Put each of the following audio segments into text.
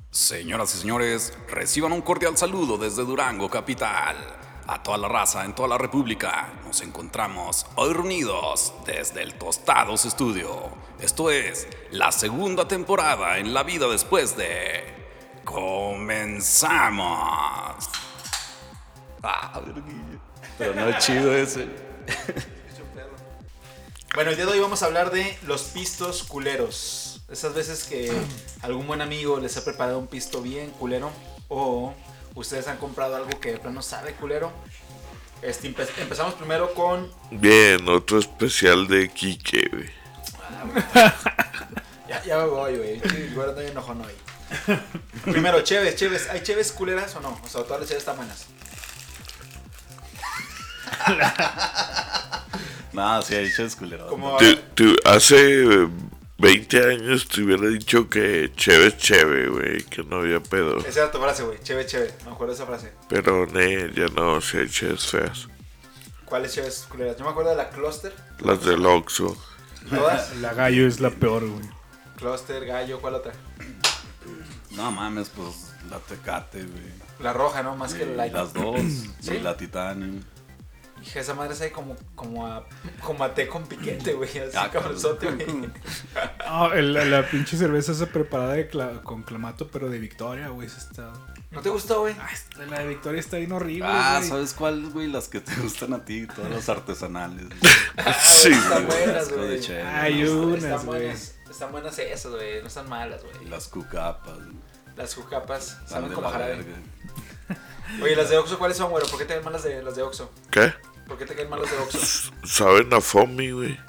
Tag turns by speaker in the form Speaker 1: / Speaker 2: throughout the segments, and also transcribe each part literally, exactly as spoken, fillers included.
Speaker 1: Señoras y señores, reciban un cordial saludo desde Durango, capital. A toda la raza en toda la república, nos encontramos hoy reunidos desde el Tostados Studio. Esto es la segunda temporada en La Vida Después de... ¡Comenzamos! Ah, verguilla. Pero no es chido ese.
Speaker 2: Bueno, el día de hoy vamos a hablar de los pistos culeros. Esas veces que algún buen amigo les ha preparado un pisto bien culero, o ustedes han comprado algo que de plano sabe culero. Este, empe- empezamos primero con...
Speaker 3: Bien, otro especial de Quique, güey.
Speaker 2: Ya, ya me voy, güey. Sí, güey, no hay enojón hoy. Primero, cheves, cheves. ¿Hay cheves culeras o no? O sea, todas las cheves están buenas.
Speaker 1: No, sí, ha dicho es culero.
Speaker 2: Como...
Speaker 3: Tú- tú- hace veinte años te hubiera dicho que chévere es chévere, güey, que no había pedo.
Speaker 2: Esa era tu frase, güey. Cheve, cheve. Me acuerdo de esa frase.
Speaker 3: Pero ne, ya no, si hay cheves feas.
Speaker 2: ¿Cuáles cheves culeras? Yo me acuerdo de la Cluster.
Speaker 3: Las del Oxxo.
Speaker 2: Todas.
Speaker 4: La gallo es la peor, güey.
Speaker 2: Cluster, gallo, ¿cuál otra?
Speaker 1: No mames, pues la Tecate, güey.
Speaker 2: La roja, ¿no? Más que la light.
Speaker 1: Las dos.
Speaker 2: ¿Sí?
Speaker 1: Y la Titanium.
Speaker 2: Hija, esa madre sabe como, como a como a té con piquete, güey. Así
Speaker 1: Ah,
Speaker 2: cabronzote, güey.
Speaker 4: Ah, el- la, la pinche cerveza esa preparada de cla- con clamato, pero de Victoria, güey. Esa está...
Speaker 2: ¿No te gustó, güey?
Speaker 4: Ah, esta- la de Victoria está bien horrible,
Speaker 1: Ah,
Speaker 4: güey.
Speaker 1: ¿sabes cuál, güey? Las que te gustan a ti, todas las artesanales.
Speaker 3: Sí,
Speaker 2: Están
Speaker 3: güey.
Speaker 2: buenas,
Speaker 1: Asco de
Speaker 2: güey.
Speaker 1: cheve.
Speaker 4: Hay
Speaker 2: Están
Speaker 4: unas, güey.
Speaker 2: buenas, están buenas esas, güey. No están malas, güey.
Speaker 1: Las cucapas.
Speaker 2: Las jucapas
Speaker 1: Están
Speaker 2: saben
Speaker 1: de
Speaker 2: como
Speaker 1: la
Speaker 2: jarabe.
Speaker 1: verga.
Speaker 2: Oye, las de Oxxo, ¿cuáles son, güero? ¿Por qué te caen malas de las de Oxxo?
Speaker 3: ¿Qué?
Speaker 2: ¿Por qué te caen malas de Oxxo?
Speaker 3: Saben a Fomi, güey.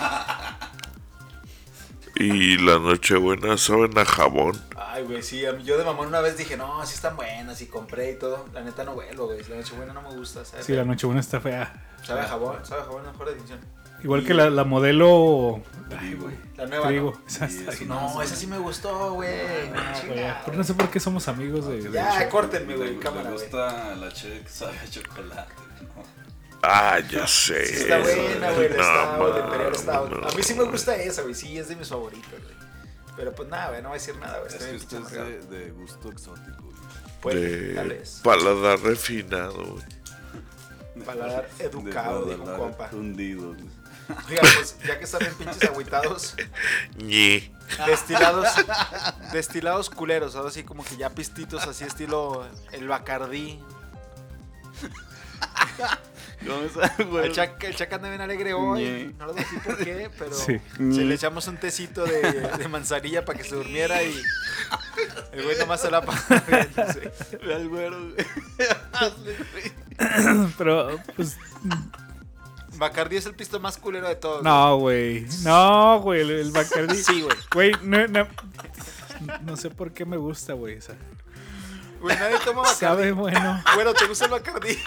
Speaker 3: Y la Nochebuena saben a jabón.
Speaker 2: Ay, güey, sí. a mí- Yo de mamón una vez dije, no, sí están buenas y compré y todo. La neta no vuelvo, güey. La Nochebuena no me gusta, ¿sabes?
Speaker 4: Sí, la Nochebuena está fea.
Speaker 2: Sabe a jabón, sabe a jabón, la mejor definición.
Speaker 4: Igual que la, la modelo... Ay,
Speaker 1: Trigo.
Speaker 4: güey.
Speaker 2: La nueva,
Speaker 4: Trigo.
Speaker 2: ¿no?
Speaker 4: Esa
Speaker 1: Sí,
Speaker 4: está
Speaker 1: eso
Speaker 4: bien.
Speaker 2: No, esa sí me gustó, güey.
Speaker 4: No, güey,
Speaker 2: Chinga,
Speaker 4: pero no sé por qué somos amigos de... de
Speaker 2: Ya,
Speaker 4: Che.
Speaker 2: córtenme,
Speaker 1: Le,
Speaker 2: güey,
Speaker 1: le
Speaker 2: cámara, güey.
Speaker 1: gusta la cheve que sabe a chocolate, ¿no?
Speaker 3: Ah, ya sé.
Speaker 2: Sí está buena, güey, la
Speaker 3: No,
Speaker 2: Stout, el
Speaker 3: mano,
Speaker 2: Imperial Stout.
Speaker 3: no.
Speaker 2: A mí sí me gusta esa, güey, sí, es de mis favoritos, güey. Pero pues nada, güey, no voy a decir nada, güey.
Speaker 1: Es
Speaker 2: Estoy
Speaker 1: que
Speaker 2: bien
Speaker 1: usted
Speaker 2: pinche
Speaker 1: es
Speaker 2: amargado.
Speaker 1: de, de gusto exótico, güey.
Speaker 2: Puede, tal
Speaker 3: De
Speaker 2: vez.
Speaker 3: paladar refinado, güey.
Speaker 2: Paladar educado,
Speaker 1: De
Speaker 2: dijo un
Speaker 1: paladar
Speaker 2: compa.
Speaker 1: hundido, güey.
Speaker 2: Oiga, pues ya que están en pinches agüitados,
Speaker 3: Ñe.
Speaker 2: destilados, destilados culeros, ahora sí como que ya pistitos así estilo el Bacardí.
Speaker 1: ¿Cómo está, güey?
Speaker 2: El Chaca, el Chaca anda bien alegre hoy,
Speaker 1: Ñe.
Speaker 2: no lo voy a decir por qué, pero
Speaker 4: Sí.
Speaker 2: se le echamos un tecito de, de manzanilla para que se durmiera y el güey nomás se la pasa riéndose.
Speaker 1: Ve al güero, güey.
Speaker 4: Pero, pues...
Speaker 2: Bacardí es el pisto más culero de todos.
Speaker 4: No, güey. No, güey. El, el Bacardi.
Speaker 2: Sí, güey.
Speaker 4: Güey, no, no, no sé por qué me gusta, güey. O sea,
Speaker 2: Güey, nadie toma Bacardí.
Speaker 4: sabe bueno.
Speaker 2: Bueno, ¿te gusta el Bacardí?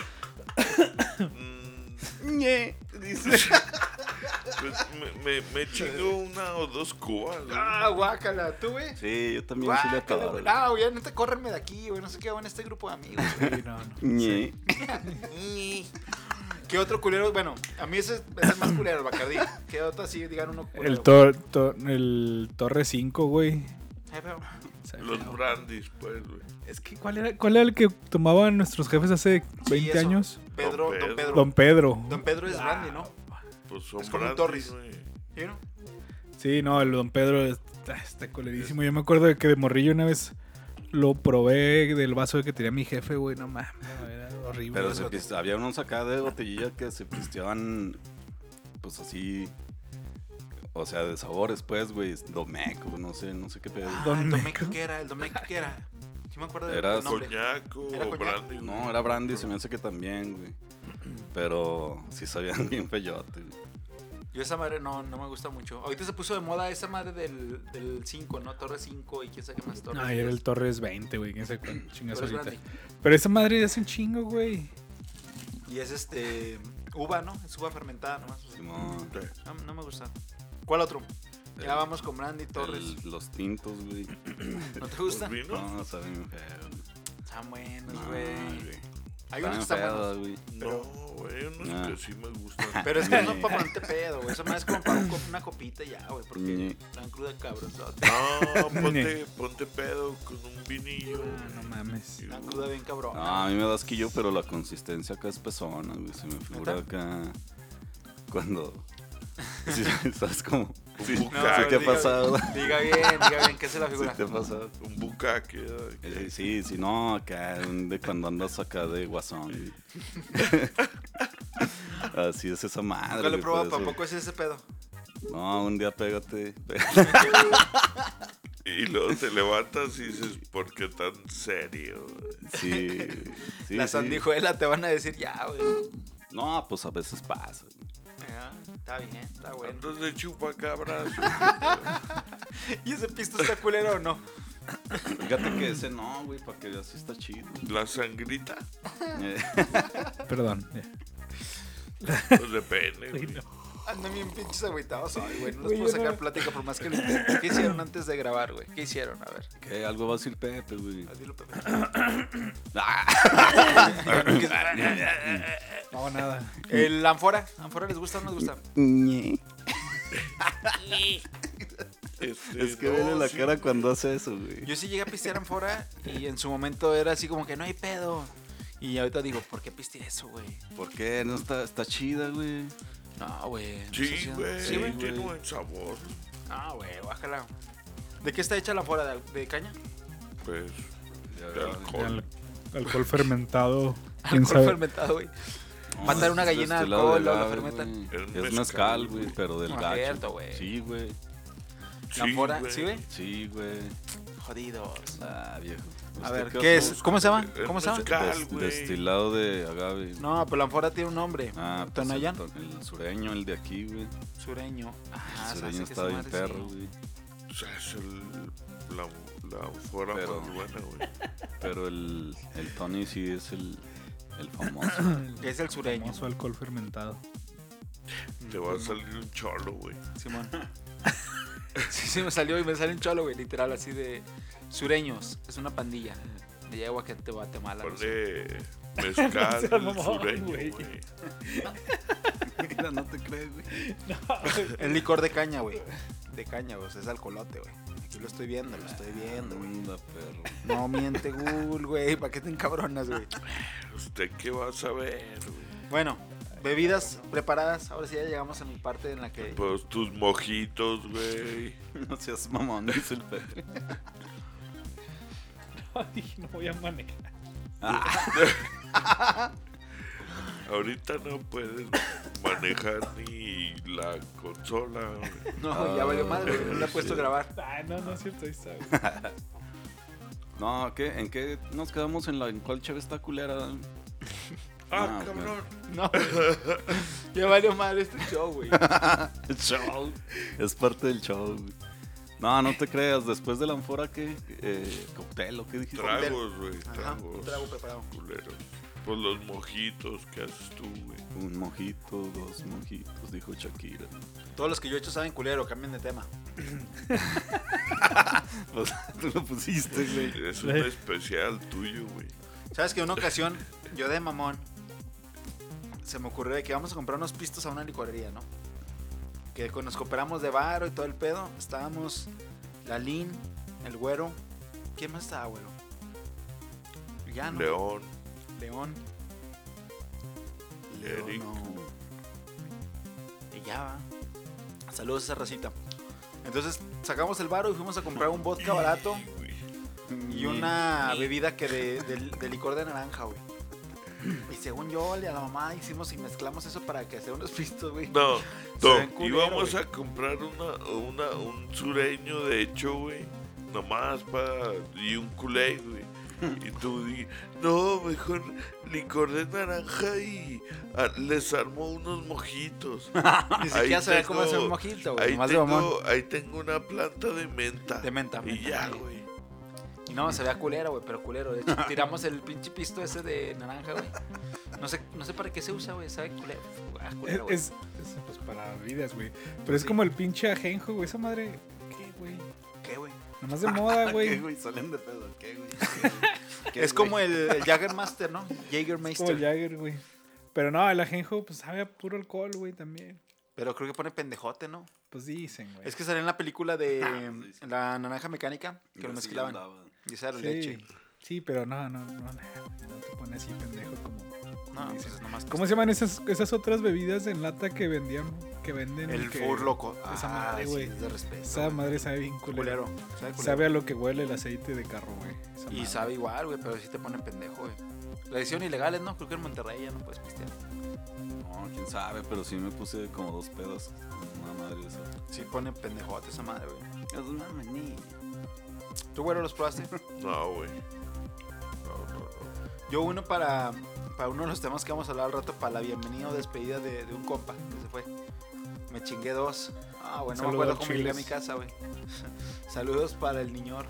Speaker 1: Ñe, dice.
Speaker 3: Pues me, me, me chingo una o dos cubas, güey.
Speaker 2: Ah, guácala. ¿Tú, güey?
Speaker 1: Sí, yo también sí le
Speaker 2: Guácala,
Speaker 1: acabo.
Speaker 2: güey. No, güey, neta, córrenme de aquí, güey. No sé qué hago en este grupo de amigos. güey.
Speaker 4: Sí, no, no.
Speaker 1: Ñe.
Speaker 2: ¿Qué otro culero? Bueno, a mí ese es el más culero, el Bacardí. ¿Qué otro así, digan uno culero?
Speaker 4: El, tor, tor- el Torre cinco, güey.
Speaker 2: Ay, pero-
Speaker 4: Sabe
Speaker 3: Los
Speaker 4: feo.
Speaker 3: brandis, pues, güey.
Speaker 4: Es que, ¿cuál era, ¿cuál era el que tomaban nuestros jefes hace veinte
Speaker 2: eso.
Speaker 4: años?
Speaker 2: Pedro,
Speaker 3: Don
Speaker 2: don Pedro.
Speaker 4: Don Pedro.
Speaker 2: Don Pedro es brandy, ¿no?
Speaker 3: Pues son
Speaker 2: Es como un
Speaker 3: brandis,
Speaker 2: Torres.
Speaker 3: güey.
Speaker 2: ¿Sí, no?
Speaker 4: Sí, no, el Don Pedro está, está colerísimo. Yo me acuerdo de que de morrillo una vez lo probé del vaso que tenía mi jefe, güey. No mames, no, era horrible.
Speaker 1: Pero
Speaker 4: güey.
Speaker 1: se piste- había unos acá de botellilla que se pisteaban, pues así, o sea, de sabores, pues, güey, Domeco, no sé, no sé qué pedo.
Speaker 2: Ah,
Speaker 4: Don
Speaker 2: el
Speaker 4: Meco.
Speaker 2: Domeco, ¿qué era? El Domeco, ¿qué era? Sí me acuerdo del
Speaker 1: Era
Speaker 2: del nombre.
Speaker 3: Coñaco
Speaker 2: ¿Era
Speaker 3: o
Speaker 2: coñac?
Speaker 3: brandy, güey.
Speaker 1: No, era brandy, se me hace que también, güey. Pero sí sabían bien feyote, güey.
Speaker 2: Yo esa madre no, no me gusta mucho. Ahorita se puso de moda esa madre del, del cinco, ¿no? Torre cinco y quién sabe qué más Torre.
Speaker 4: No, y era el Torres veinte, güey. Quién sabe cuál chingas
Speaker 2: Torres
Speaker 4: ahorita.
Speaker 2: brandy.
Speaker 4: Pero esa madre hace un chingo, güey.
Speaker 2: Y es este uva, ¿no? Es uva fermentada nomás.
Speaker 1: Simón,
Speaker 2: No, no me gusta. ¿Cuál otro? Ya
Speaker 1: El-
Speaker 2: vamos con Brandy Torres.
Speaker 1: el- los tintos, güey.
Speaker 2: ¿No te gustan?
Speaker 3: ¿Los vinos?
Speaker 1: No, saben feo.
Speaker 2: Están buenos,
Speaker 1: No,
Speaker 2: güey.
Speaker 1: güey.
Speaker 2: Hay unos que
Speaker 5: Están
Speaker 2: están
Speaker 5: feas,
Speaker 2: buenos.
Speaker 5: güey.
Speaker 3: No, güey, unos
Speaker 5: Ah.
Speaker 3: que sí me gustan.
Speaker 2: Pero es que no para ponerte pedo, güey. Eso más es como para un co- una copita y ya, güey. Porque
Speaker 5: Ñe.
Speaker 2: están cruda cabrón.
Speaker 3: No, ponte, ponte pedo con un vinillo.
Speaker 4: Ah, no mames.
Speaker 2: Están cruda bien cabrón.
Speaker 5: No, a mí me da asquillo, pero la consistencia acá es pesona, güey. Se me figura
Speaker 2: ¿Neta?
Speaker 5: acá cuando... Sí, ¿sabes cómo? Sí,
Speaker 3: Un
Speaker 5: sí
Speaker 3: bucaque.
Speaker 5: te ha
Speaker 2: diga-
Speaker 5: pasado.
Speaker 2: Diga bien, diga bien, ¿qué se la
Speaker 5: Sí
Speaker 2: figura?
Speaker 5: te ha pasado.
Speaker 3: Un bucaque.
Speaker 5: Eh, Sí, sí, no, acá de cuando andas acá de guasón. Así es esa madre.
Speaker 2: Nunca lo he
Speaker 5: güey,
Speaker 2: probado,
Speaker 5: por eso-
Speaker 2: tampoco es ese pedo.
Speaker 5: No, un día pégate.
Speaker 3: Y luego te levantas y dices, ¿por qué tan serio?
Speaker 5: Sí, sí.
Speaker 2: la
Speaker 5: sí.
Speaker 2: sandijuela te van a decir ya, güey.
Speaker 5: No, pues a veces pasa.
Speaker 2: Ah, está bien, está bueno.
Speaker 3: Andas de chupacabras.
Speaker 2: ¿Y ese pisto está culero o no?
Speaker 5: Fíjate que ese no, güey, para que veas si está chido.
Speaker 3: La sangrita,
Speaker 5: Eh,
Speaker 4: Perdón. ya.
Speaker 3: pues depende.
Speaker 4: Ay,
Speaker 3: güey.
Speaker 4: no.
Speaker 2: Andan bien pinches agüitados hoy, güey. No les
Speaker 4: Güey,
Speaker 2: puedo
Speaker 4: yo
Speaker 2: sacar
Speaker 4: no-
Speaker 2: plática por más que lo intenten. ¿Qué hicieron antes de grabar, güey? ¿Qué hicieron? A ver.
Speaker 5: ¿Qué? Algo va a decir Pepe, güey.
Speaker 2: Ah, dilo, Pepe.
Speaker 5: Ah.
Speaker 4: No, nada.
Speaker 2: ¿El Anfora? ¿Anfora les gusta o no les gusta?
Speaker 3: Este,
Speaker 5: Es que
Speaker 3: no,
Speaker 5: vele la
Speaker 3: sí.
Speaker 5: cara cuando hace eso, güey.
Speaker 2: Yo sí llegué a pistear Anfora y en su momento era así como que no hay pedo. Y ahorita digo, ¿por qué pisteé eso, güey?
Speaker 5: ¿Por qué? No está, está chida, güey.
Speaker 2: No, güey. no sé
Speaker 3: Sí,
Speaker 2: si-
Speaker 3: güey,
Speaker 2: Sí, güey.
Speaker 3: tiene buen sabor.
Speaker 2: No, güey, bájala. ¿De qué está hecha la Anfora? ¿De, de caña?
Speaker 3: Pues,
Speaker 5: Ya,
Speaker 3: de
Speaker 5: ya.
Speaker 3: alcohol.
Speaker 4: Al- alcohol fermentado. ¿Quién
Speaker 2: Alcohol
Speaker 4: sabe?
Speaker 2: fermentado, güey.
Speaker 5: No,
Speaker 2: Matar una
Speaker 5: es
Speaker 2: gallina de
Speaker 5: destilado
Speaker 2: alcohol, luego la
Speaker 5: agave,
Speaker 2: fermentan.
Speaker 5: güey.
Speaker 3: Es
Speaker 5: Es
Speaker 3: mezcal,
Speaker 5: mezcal,
Speaker 3: güey.
Speaker 5: güey, pero del
Speaker 2: No es
Speaker 5: gacho.
Speaker 2: cierto, güey.
Speaker 5: Sí, güey.
Speaker 2: La
Speaker 3: Sí,
Speaker 2: Anfora,
Speaker 3: güey.
Speaker 2: ¿sí, güey?
Speaker 5: Sí, güey.
Speaker 2: Jodidos.
Speaker 5: Ah, viejo.
Speaker 2: A
Speaker 5: ¿Usted
Speaker 2: ver,
Speaker 5: qué
Speaker 2: ¿qué
Speaker 5: hace?
Speaker 2: es? ¿Cómo se llama?
Speaker 3: Es
Speaker 2: ¿Cómo se llama?
Speaker 3: mezcal,
Speaker 5: Des-
Speaker 3: güey.
Speaker 5: destilado de agave.
Speaker 2: No, pero la Anfora tiene un nombre.
Speaker 5: Ah, pues el,
Speaker 2: ¿Tonayán?
Speaker 5: ton- el sureño, el de aquí, güey.
Speaker 2: Sureño. Ah,
Speaker 5: El
Speaker 2: se me
Speaker 5: sureño
Speaker 2: hace que
Speaker 5: está
Speaker 2: esa
Speaker 5: bien
Speaker 2: madre
Speaker 5: perro,
Speaker 2: sí.
Speaker 5: güey.
Speaker 3: O sea, es el, la, la fuera
Speaker 5: Pero-
Speaker 3: más buena, güey.
Speaker 5: Pero el, el Tony sí es el, el famoso.
Speaker 2: Es el sureño.
Speaker 4: Famoso alcohol fermentado.
Speaker 3: Te va a salir un cholo, güey.
Speaker 2: Simón. Sí, sí, me salió y me sale un cholo, güey, literal, así de sureños. Es una pandilla de allá de Guaquete, Guatemala. no sé.
Speaker 3: Ponle mezcal
Speaker 4: Seas mamón,
Speaker 3: sureño,
Speaker 4: güey.
Speaker 3: güey.
Speaker 5: Mira, no te crees, güey.
Speaker 2: Es licor de caña, güey. De caña, güey. o sea, es alcoholote, güey. Aquí lo estoy viendo, lo estoy viendo, güey.
Speaker 5: Anda, perro.
Speaker 2: No miente, Google, güey. ¿Para qué te encabronas, güey?
Speaker 3: ¿Usted qué va a saber, güey?
Speaker 2: Bueno, bebidas preparadas. Ahora sí ya llegamos a mi parte en la que...
Speaker 3: Pues tus mojitos, güey.
Speaker 5: No seas mamón, dice el Pepe.
Speaker 4: Ay, no voy a manejar.
Speaker 3: Ahorita no puedes manejar ni la consola, güey.
Speaker 2: No, ya valió madre, güey. No le he puesto a grabar.
Speaker 4: Ay, no, no es cierto. Ahí está, güey.
Speaker 5: No, ¿qué? ¿En qué nos quedamos en la en cuál chave está culera?
Speaker 3: Ah,
Speaker 5: Ah,
Speaker 3: cabrón.
Speaker 2: No, ya valió madre este show, güey.
Speaker 5: El show. Es parte del show, güey. No, no te creas. Después de la anfora, ¿qué? Eh, ¿Cóctel o qué dijiste?
Speaker 3: Tragos, güey.
Speaker 2: Ajá,
Speaker 3: Tragos.
Speaker 2: un trago preparado.
Speaker 3: Culeros. Pues los mojitos que haces tú, güey.
Speaker 5: Un mojito, dos mojitos, dijo Shakira.
Speaker 2: Todos los que yo he hecho saben culero, cambien de tema.
Speaker 5: Pues, tú lo pusiste, güey.
Speaker 3: Es un especial tuyo, güey.
Speaker 2: ¿Sabes que en una ocasión, yo de mamón, se me ocurrió de que vamos a comprar unos pistos a una licorería, ¿no? Que con- nos cooperamos de varo y todo el pedo. Estábamos la Lin, el güero. ¿Quién más estaba, güero? Ya, ¿no?
Speaker 3: León.
Speaker 2: León.
Speaker 3: Eric.
Speaker 2: no. Y ya va. Saludos a esa racita. Entonces sacamos el varo y fuimos a comprar un vodka barato y una bebida que de, de- de licor de naranja, güey. Y según yo y a la mamá hicimos y mezclamos eso para que sea unos pistos, güey.
Speaker 3: No,
Speaker 2: Se
Speaker 3: no.
Speaker 2: ven culero,
Speaker 3: Íbamos
Speaker 2: güey.
Speaker 3: a comprar una, una, un sureño, de hecho, güey. Nomás para. Y un culé, güey. Y tú di, no, mejor licor de naranja y ah, les armó unos mojitos.
Speaker 2: Ni siquiera
Speaker 3: Ahí
Speaker 2: sabía cómo
Speaker 3: tengo-
Speaker 2: hacer un mojito, güey.
Speaker 3: Ahí
Speaker 2: Nomás de mamón.
Speaker 3: tengo, ahí tengo una planta de menta.
Speaker 2: De menta,
Speaker 3: Y
Speaker 2: menta,
Speaker 3: ya,
Speaker 2: sí.
Speaker 3: güey.
Speaker 2: Y no, se vea culero, güey, pero culero. De hecho, tiramos el pinche pisto ese de naranja, güey. No sé, no sé para qué se usa, güey. Sabe culero. Ah,
Speaker 4: Es,
Speaker 2: culero, güey.
Speaker 4: es, es, pues para bebidas, güey. Pero es
Speaker 2: Sí.
Speaker 4: como el pinche ajenjo, güey. Esa madre. ¿Qué, güey?
Speaker 2: ¿Qué, güey?
Speaker 4: Nomás de moda,
Speaker 5: ¿Qué,
Speaker 4: güey.
Speaker 5: güey? Salen de pedo. ¿Qué, güey? ¿Qué,
Speaker 2: Es
Speaker 5: güey?
Speaker 2: como el, el Jagermaster, ¿no?
Speaker 4: Como el
Speaker 2: Jagermeister.
Speaker 4: Jagger, güey. Pero no, el ajenjo, pues sabe a puro alcohol, güey, también.
Speaker 2: Pero creo que pone pendejote, ¿no?
Speaker 4: Pues dicen, güey.
Speaker 2: Es que salió en la película de
Speaker 5: sí, sí.
Speaker 2: La Naranja Mecánica, que
Speaker 5: Yo
Speaker 2: lo
Speaker 5: sí
Speaker 2: mezclaban.
Speaker 5: andaba.
Speaker 2: Y esa era
Speaker 4: Sí,
Speaker 2: leche.
Speaker 4: sí, pero no, no, no, no, no te pone así pendejo como...
Speaker 2: No,
Speaker 4: dicen.
Speaker 2: pues nomás.
Speaker 4: ¿Cómo se llaman esas, esas otras bebidas en lata que vendían? Que venden.
Speaker 2: El
Speaker 4: que-
Speaker 2: Fur Loco.
Speaker 4: Esa
Speaker 2: Ah,
Speaker 4: madre,
Speaker 2: sí,
Speaker 4: güey.
Speaker 2: es de respeto.
Speaker 4: Esa
Speaker 2: güey.
Speaker 4: madre sabe bien culero.
Speaker 2: Culero. Sabe culero.
Speaker 4: Sabe a lo que huele el aceite de carro, güey. Esa
Speaker 2: Y
Speaker 4: madre.
Speaker 2: sabe igual, güey, pero sí te pone pendejo, güey. La hicieron ilegales, ¿no? Creo que en Monterrey ya no puedes pistear.
Speaker 5: No, quién sabe, pero sí me puse como dos pedos. Una madre de eso.
Speaker 2: Sí pone pendejote esa madre, güey.
Speaker 5: Es una manía.
Speaker 2: ¿Tú, güero, los probaste?
Speaker 3: No, güey. No, no, no.
Speaker 2: Yo uno para, para uno de los temas que vamos a hablar al rato, para la bienvenida o despedida de, de un compa que se fue. Me chingué dos. Ah, bueno, no me
Speaker 4: Saludos,
Speaker 2: acuerdo cómo llegué a mi
Speaker 4: chiles.
Speaker 2: casa, güey. Saludos para el niñor.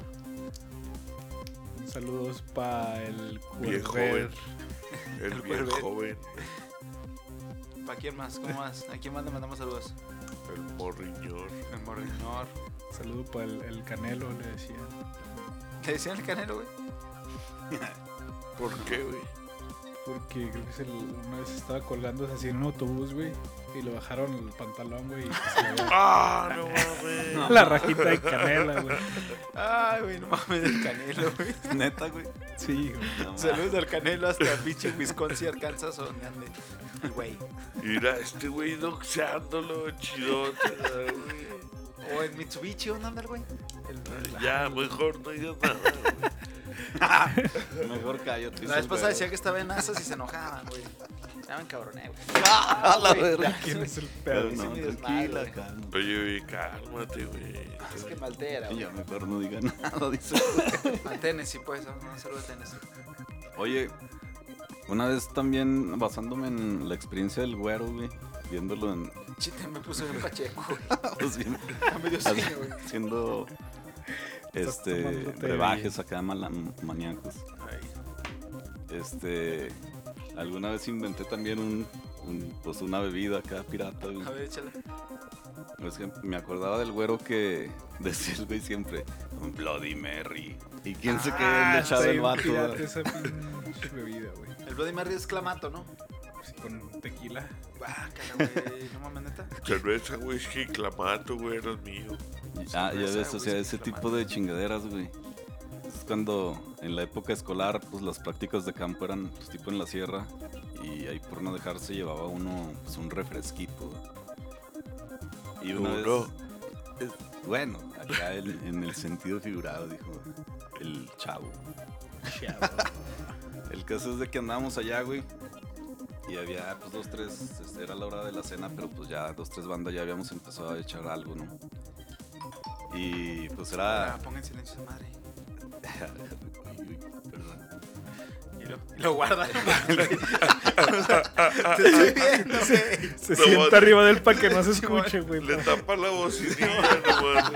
Speaker 4: Saludos para el
Speaker 3: Viejo,
Speaker 4: Cuerver.
Speaker 3: El
Speaker 2: El
Speaker 3: bien
Speaker 2: Cuervet.
Speaker 3: joven.
Speaker 2: ¿Para quién más? ¿Cómo más? ¿A quién más le mandamos saludos?
Speaker 3: El morriñor.
Speaker 2: El morriñor.
Speaker 4: Saludo para el, el Canelo, le decía.
Speaker 2: ¿Le decían el canelo, güey?
Speaker 3: ¿Por qué, güey?
Speaker 4: Porque creo que es el, una vez estaba colgándose así en un autobús, güey. Y le bajaron el pantalón, güey. Y se le veía
Speaker 3: ¡Ah, no mames!
Speaker 4: la rajita de canela, güey.
Speaker 2: Ay, güey, no mames, el canelo, güey.
Speaker 5: Neta, güey.
Speaker 4: Sí, güey.
Speaker 5: No,
Speaker 2: Saludos al canelo hasta pinche Wisconsin, Arkansas, o donde ande. El güey.
Speaker 3: Mira, este güey doxeándolo, chidote, güey.
Speaker 2: O en Mitsubishi, ¿dónde anda el güey? El-
Speaker 3: Ya, mejor no digas nada, güey.
Speaker 5: Mejor cállate.
Speaker 2: La vez pasada decía que estaba en asas y se enojaban, güey. Ya me encabroné, güey.
Speaker 5: A la
Speaker 2: Güey,
Speaker 5: verga.
Speaker 4: ¿Quién es el
Speaker 5: Pero
Speaker 4: pedo?
Speaker 2: hice
Speaker 5: no,
Speaker 2: mi desmadre,
Speaker 5: tranquila,
Speaker 2: güey.
Speaker 5: calma.
Speaker 3: Oye, güey, cálmate, güey.
Speaker 2: Es que me altera,
Speaker 5: Y
Speaker 2: güey.
Speaker 5: ya mejor no diga nada, dice.
Speaker 2: A Tennessee, pues, no saludos a Tennessee.
Speaker 5: Oye, una vez también basándome en la experiencia del güero, güey, viéndolo en.
Speaker 2: Chiste, me puse bien pacheco, güey.
Speaker 5: Pues bien,
Speaker 2: Ya me dio sueño, güey.
Speaker 5: haciendo
Speaker 4: Estás
Speaker 5: este
Speaker 4: tomándote
Speaker 5: brebajes acá mala- maníacos. Este, alguna vez inventé también un, un, pues una bebida acá pirata, güey.
Speaker 2: A ver, échale.
Speaker 5: Es que me acordaba del güero que decía el güey siempre, un Bloody Mary. ¿Y quién se quedó
Speaker 4: Ah,
Speaker 5: le echaba
Speaker 4: está
Speaker 5: el
Speaker 4: bien
Speaker 5: vato?
Speaker 4: pirata
Speaker 5: güey?
Speaker 4: esa pinche bebida, güey.
Speaker 2: El Bloody Mary es clamato, ¿no?
Speaker 4: Sí, con tequila.
Speaker 2: Bácala, güey. No mames, neta.
Speaker 3: Cerveza, güey, es que clamato, güey, era mío.
Speaker 5: Ah, ya
Speaker 2: Cerveza,
Speaker 5: ves, o
Speaker 2: güey,
Speaker 5: sea,
Speaker 2: sí,
Speaker 5: ese
Speaker 2: clamato.
Speaker 5: tipo de chingaderas, güey. Es cuando en la época escolar, pues las prácticas de campo eran pues, tipo en la sierra. Y ahí por no dejarse llevaba uno pues, un refresquito. güey. Y una
Speaker 3: Uno.
Speaker 5: vez. es- bueno, acá el- en el sentido figurado, dijo el chavo. El caso es de que andábamos allá, güey. Y había pues dos, tres, este, era la hora de la cena, pero pues ya dos, tres bandas ya habíamos empezado a echar algo, ¿no? Y pues era...
Speaker 2: Ah, ponga en silencio esa madre.
Speaker 5: Uy, uy, perdón.
Speaker 2: Y lo, y lo guarda. O sea, te estoy viendo, güey.
Speaker 4: Se
Speaker 3: No,
Speaker 4: sienta
Speaker 3: no.
Speaker 4: arriba de él para que no se escuche, güey.
Speaker 3: Le tapa la bocinilla, nomás.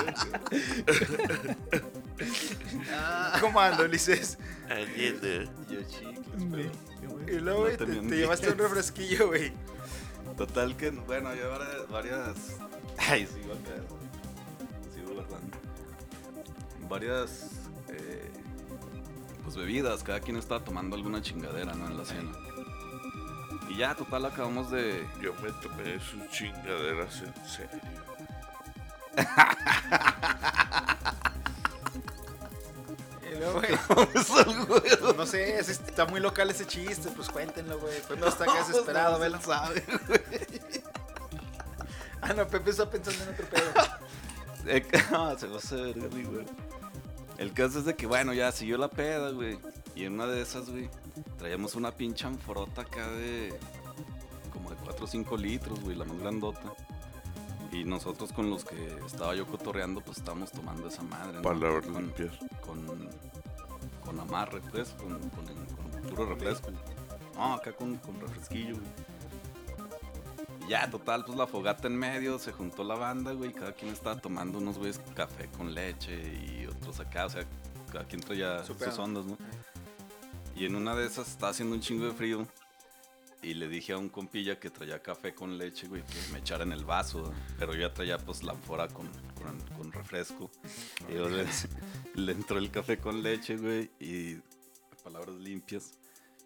Speaker 2: ¿Cómo ando, Ulises?
Speaker 3: Allende.
Speaker 5: Yo chicles,
Speaker 4: Sí.
Speaker 2: Y luego, güey,
Speaker 5: No
Speaker 2: te,
Speaker 5: tenían
Speaker 2: te llevaste un refresquillo, güey.
Speaker 5: Total que, bueno, yo varias... varias... Ay, sigo acá. Sigo guardando. Varias... eh, pues bebidas, cada quien estaba tomando alguna chingadera, ¿no? En la cena. Y ya, total, acabamos de...
Speaker 3: Yo me tomé sus chingaderas en serio.
Speaker 2: Y luego, güey, no sé, es- está muy local ese chiste, pues cuéntenlo, güey. Pepe está acá desesperado, velo.
Speaker 5: sabe.
Speaker 2: Ah, no, Pepe está pensando en otro pedo.
Speaker 5: Eh, no, se va a hacer, güey. El caso es de que, bueno, ya siguió la peda, güey. Y en una de esas, güey, traíamos una pinche anforota acá de como de cuatro o cinco litros, güey, la más grandota. Y nosotros con los que estaba yo cotorreando, pues estábamos tomando esa madre, ¿no?
Speaker 3: Palabras
Speaker 5: con,
Speaker 3: limpias.
Speaker 5: con, con amarre, pues, con, con, con puro refresco. No, acá con, con refresquillo, güey. Y ya, total, pues la fogata en medio, se juntó la banda, güey, cada quien estaba tomando unos güeyes café con leche y otros acá, o sea, cada quien traía
Speaker 2: Su
Speaker 5: sus
Speaker 2: pedo.
Speaker 5: ondas, ¿no? Y en una de esas estaba haciendo un chingo de frío y le dije a un compilla que traía café con leche, güey, que me echara en el vaso, ¿no? Pero yo ya traía pues la anfora con, con con, con refresco. Y luego le, le entró el café con leche, güey, y palabras limpias.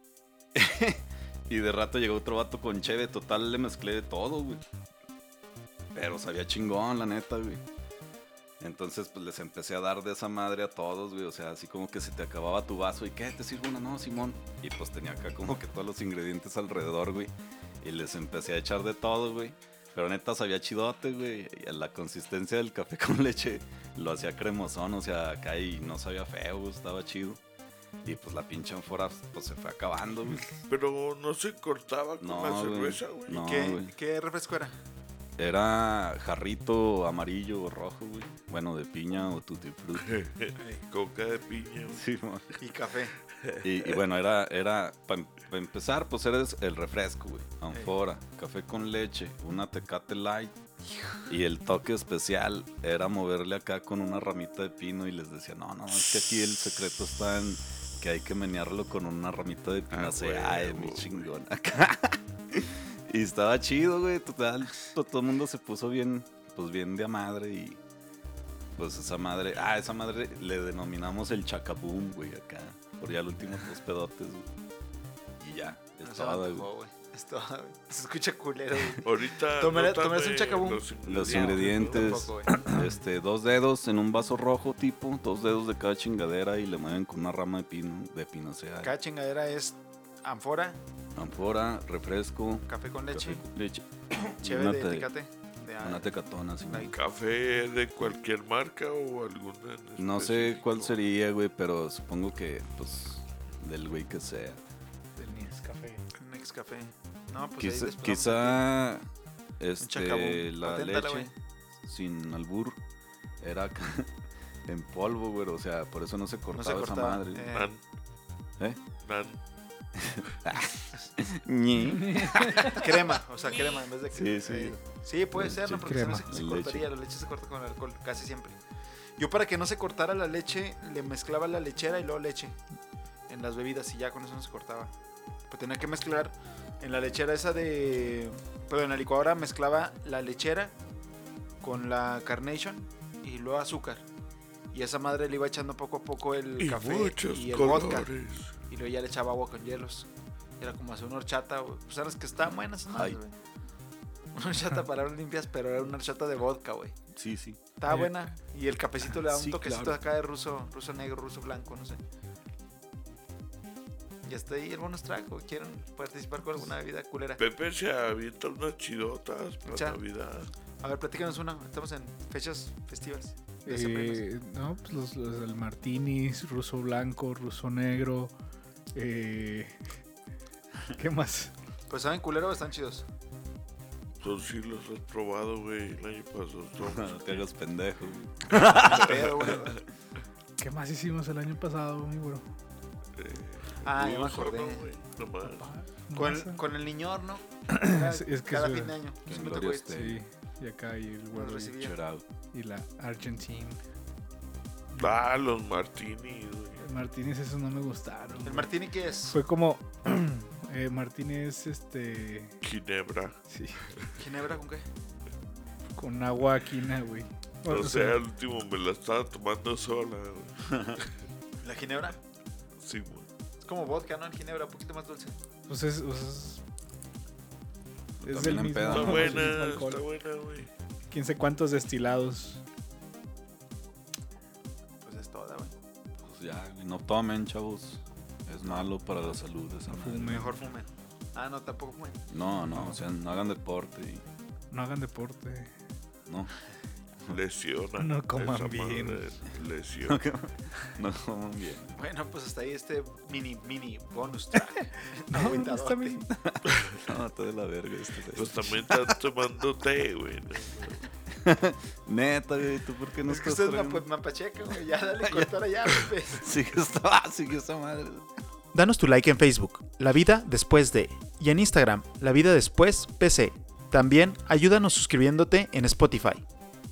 Speaker 5: Y de rato llegó otro vato con cheve, total le mezclé de todo, güey. Pero sabía chingón, la neta, güey. Entonces, pues les empecé a dar de esa madre a todos, güey. O sea, así como que se te acababa tu vaso y ¿qué? ¿Te sirvo una? No, Simón. Y pues tenía acá como que todos los ingredientes alrededor, güey. Y les empecé a echar de todo, güey. Pero neta sabía chidote, güey. Y la consistencia del café con leche lo hacía cremosón, o sea, acá y no sabía feo, güey, estaba chido. Y pues la pinche ánfora pues se fue acabando, güey.
Speaker 3: Pero no se cortaba con
Speaker 5: No,
Speaker 3: la
Speaker 5: güey.
Speaker 3: cerveza, güey.
Speaker 5: No,
Speaker 2: ¿Qué,
Speaker 5: güey.
Speaker 2: ¿Qué refresco era?
Speaker 5: Era jarrito amarillo o rojo, güey. Bueno, de piña o tutti frutti.
Speaker 3: Coca de piña, güey.
Speaker 5: Sí, man.
Speaker 2: Y café.
Speaker 5: Y, y bueno, era, era para empezar, pues era el refresco, güey. Ánfora, café con leche, una Tecate Light. Y el toque especial era moverle acá con una ramita de pino y les decía, no, no, es que aquí el secreto está en que hay que menearlo con una ramita de pino.
Speaker 3: Ah,
Speaker 5: Así,
Speaker 3: huevo,
Speaker 5: ay, mi
Speaker 3: güey.
Speaker 5: chingón acá. Y estaba chido, güey, total. to- Todo el mundo se puso bien, pues bien de a madre y pues esa madre, ah, esa madre le denominamos el chacaboom, güey, acá. Por ya los últimos dos pedotes, güey. Y ya, es
Speaker 2: No se me
Speaker 5: todo,
Speaker 2: antojó,
Speaker 5: güey.
Speaker 2: güey. Es todo, güey. Se escucha culero, güey.
Speaker 3: Ahorita.
Speaker 2: Tómale-
Speaker 3: nótame
Speaker 2: tómales un chacabum.
Speaker 3: Los
Speaker 5: Los
Speaker 3: ¿no?
Speaker 5: ingredientes,
Speaker 2: Tampoco, güey.
Speaker 5: este, dos dedos en un vaso rojo tipo, dos dedos de cada chingadera y le mueven con una rama de pino, de pino, o sea,
Speaker 2: Cada chingadera es ánfora,
Speaker 5: ánfora, refresco,
Speaker 2: café con leche,
Speaker 5: café con leche, y
Speaker 2: cheve
Speaker 5: una
Speaker 2: de
Speaker 5: te-
Speaker 2: Tecate. De, ah,
Speaker 5: una tecatona, así,
Speaker 2: Light.
Speaker 3: ¿Café de cualquier marca o alguna en
Speaker 5: no sé
Speaker 3: específico?
Speaker 5: cuál sería, güey, pero supongo que, pues, del güey que sea.
Speaker 4: Del Nescafé.
Speaker 2: Un ex café. No, pues
Speaker 5: Quizá,
Speaker 2: ahí después
Speaker 5: quizá este,
Speaker 2: chacabum.
Speaker 5: la
Speaker 2: Paténtala,
Speaker 5: leche, sin albur, era acá en polvo, güey, o sea, por eso no se
Speaker 2: vamos a- no
Speaker 5: cortaba,
Speaker 2: se cortaba.
Speaker 5: esa madre.
Speaker 2: Eh,
Speaker 3: Nan.
Speaker 5: ¿Eh?
Speaker 3: Nan.
Speaker 5: Ñi.
Speaker 2: crema, o sea, crema en vez de
Speaker 5: Sí, sí.
Speaker 2: eh, sí, puede ser, ¿no?
Speaker 5: Leche.
Speaker 2: Porque
Speaker 4: Crema.
Speaker 2: se, se
Speaker 5: Leche.
Speaker 2: cortaría, la leche se corta con alcohol casi siempre. Yo para que no se cortara la leche, le mezclaba la lechera y luego leche en las bebidas y ya con eso no se cortaba. Pues tenía que mezclar en la lechera esa de... Pero en la licuadora mezclaba la lechera con la Carnation y luego azúcar. Y esa madre le iba echando poco a poco el
Speaker 3: Y
Speaker 2: café
Speaker 3: muchos
Speaker 2: y el
Speaker 3: colores.
Speaker 2: vodka. Y luego ya le echaba agua con hielos. Era como hacer una horchata, güey. Pues sabes que estaban buenas, ¿no?
Speaker 5: Ay.
Speaker 2: Güey. Una horchata para palabras limpias, pero era una horchata de vodka, güey.
Speaker 5: Sí, sí.
Speaker 2: Estaba
Speaker 4: Oye,
Speaker 2: buena. Y el cafecito le da un
Speaker 5: sí,
Speaker 2: toquecito
Speaker 5: claro.
Speaker 2: acá de ruso, ruso negro, ruso blanco, no sé. Y hasta ahí el bonus track, güey. ¿Quieren participar con alguna bebida culera?
Speaker 3: Pepe se avienta unas chidotas para
Speaker 2: Echa.
Speaker 3: Navidad.
Speaker 2: A ver, platícanos una. Estamos en fechas festivas. decembrinas.
Speaker 4: Eh, no, pues los, los del Martinis, ruso blanco, ruso negro. Eh, ¿Qué más?
Speaker 2: Pues saben culero o están chidos.
Speaker 3: Son sí los has probado, güey. El año pasado.
Speaker 5: No te hagas pendejo, güey.
Speaker 2: Pero, güey.
Speaker 4: ¿Qué más hicimos el año pasado, mi bro?
Speaker 2: Ah, ya me
Speaker 3: Uso,
Speaker 2: acordé.
Speaker 3: ¿no, güey? Nomás.
Speaker 2: Con,
Speaker 4: Masa.
Speaker 2: con el niñor, ¿no? Cada,
Speaker 4: Es- es que
Speaker 2: cada
Speaker 4: eso-
Speaker 2: fin de año.
Speaker 5: que
Speaker 2: Sí
Speaker 5: en
Speaker 2: me tocó
Speaker 5: Gloria
Speaker 2: ir.
Speaker 5: esté.
Speaker 4: Sí, y acá y el
Speaker 2: Nos
Speaker 4: güero y,
Speaker 2: recibí.
Speaker 5: Shout out.
Speaker 4: y la Argentina.
Speaker 3: Ah, los martinis, güey.
Speaker 4: El Martínez, esos no me gustaron.
Speaker 2: ¿El
Speaker 4: güey.
Speaker 2: Martini qué es?
Speaker 4: Fue como. eh, Martínez, este.
Speaker 3: Ginebra.
Speaker 4: Sí,
Speaker 2: ¿Ginebra con qué?
Speaker 4: con agua quina, güey.
Speaker 3: O sea, al último me la estaba tomando sola, güey.
Speaker 2: ¿La ginebra?
Speaker 3: Sí, güey.
Speaker 2: Es como vodka, ¿no? El ginebra, un poquito más dulce.
Speaker 4: Pues es. Pues es, es
Speaker 5: También
Speaker 4: del
Speaker 5: en
Speaker 4: mismo,
Speaker 5: pedo,
Speaker 3: Está
Speaker 5: no,
Speaker 4: es del
Speaker 3: buena,
Speaker 4: mismo alcohol.
Speaker 3: está buena, güey.
Speaker 4: Quién sé cuántos destilados.
Speaker 2: Pues es toda, güey.
Speaker 5: Pues ya, güey, no tomen, chavos. Es malo para la salud esa
Speaker 4: No
Speaker 5: madre.
Speaker 4: fumen.
Speaker 2: Mejor fumen. Ah, no, tampoco fumen.
Speaker 5: No, no, o sea, no hagan deporte y
Speaker 4: No hagan deporte.
Speaker 5: no.
Speaker 3: Lesiona.
Speaker 4: No coman
Speaker 3: esa
Speaker 4: bien.
Speaker 3: madre, Lesiona.
Speaker 5: No coman bien.
Speaker 2: Bueno, pues hasta ahí este mini, mini bonus track.
Speaker 4: No,
Speaker 2: Agüitadote.
Speaker 4: está bien.
Speaker 5: No, está de la verga este. güey.
Speaker 3: Pues también están tomando té, güey. ¿no?
Speaker 5: Neta, güey, ¿tú por qué no
Speaker 2: Es que
Speaker 5: estás
Speaker 2: usted es
Speaker 5: trayendo?
Speaker 2: mapa- mapacheca, güey. Ya dale cortar allá, Pepe.
Speaker 5: Sigue esta, sigue esta madre.
Speaker 2: Danos tu like en Facebook, La Vida Después de, y en Instagram, La Vida Después P C. También ayúdanos suscribiéndote en Spotify.